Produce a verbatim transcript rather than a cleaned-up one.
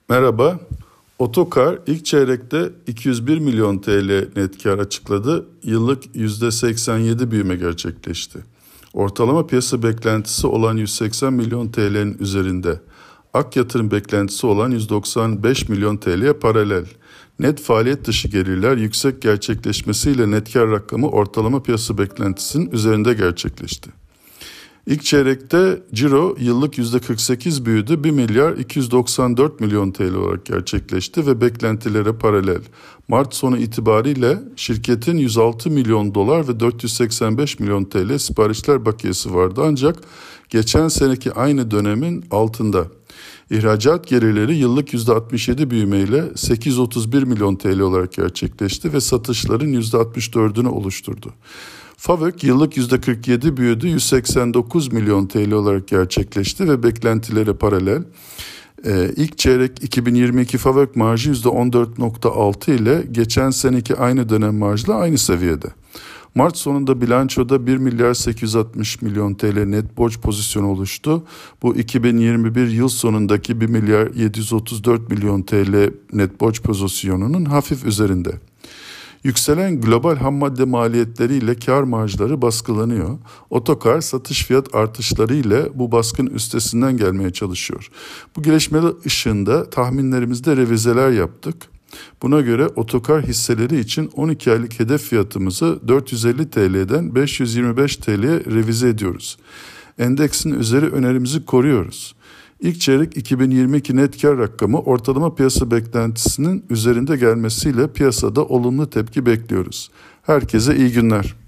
Merhaba. Otokar ilk çeyrekte iki yüz bir milyon T L net kar açıkladı. Yıllık yüzde seksen yedi büyüme gerçekleşti. Ortalama piyasa beklentisi olan yüz seksen milyon T L'nin üzerinde. Ak yatırım beklentisi olan yüz doksan beş milyon T L'ye paralel. Net faaliyet dışı gelirler yüksek gerçekleşmesiyle net kar rakamı ortalama piyasa beklentisinin üzerinde gerçekleşti. İlk çeyrekte ciro yıllık yüzde kırk sekiz büyüdü, bir milyar iki yüz doksan dört milyon T L olarak gerçekleşti ve beklentilere paralel. Mart sonu itibariyle şirketin yüz altı milyon dolar ve dört yüz seksen beş milyon T L siparişler bakiyesi vardı ancak geçen seneki aynı dönemin altında. İhracat gelirleri yıllık yüzde altmış yedi büyümeyle sekiz yüz otuz bir milyon T L olarak gerçekleşti ve satışların yüzde altmış dördünü oluşturdu. FAVÖK yıllık yüzde kırk yedi büyüdü, yüz seksen dokuz milyon T L olarak gerçekleşti ve beklentilere paralel. Ee, ilk çeyrek iki bin yirmi iki FAVÖK marjı yüzde on dört nokta altı ile geçen seneki aynı dönem marjla aynı seviyede. Mart sonunda bilançoda bir milyar sekiz yüz altmış milyon T L net borç pozisyonu oluştu. Bu iki bin yirmi bir yıl sonundaki bir milyar yedi yüz otuz dört milyon T L net borç pozisyonunun hafif üzerinde. Yükselen global hammadde maliyetleriyle kar marjları baskılanıyor. Otokar satış fiyat artışları ile bu baskın üstesinden gelmeye çalışıyor. Bu gelişmeler ışığında tahminlerimizde revizeler yaptık. Buna göre Otokar hisseleri için on iki aylık hedef fiyatımızı dört yüz elli T L'den beş yüz yirmi beş T L'ye revize ediyoruz. Endeksin üzeri önerimizi koruyoruz. İlk çeyrek iki bin yirmi iki net kar rakamı ortalama piyasa beklentisinin üzerinde gelmesiyle piyasada olumlu tepki bekliyoruz. Herkese iyi günler.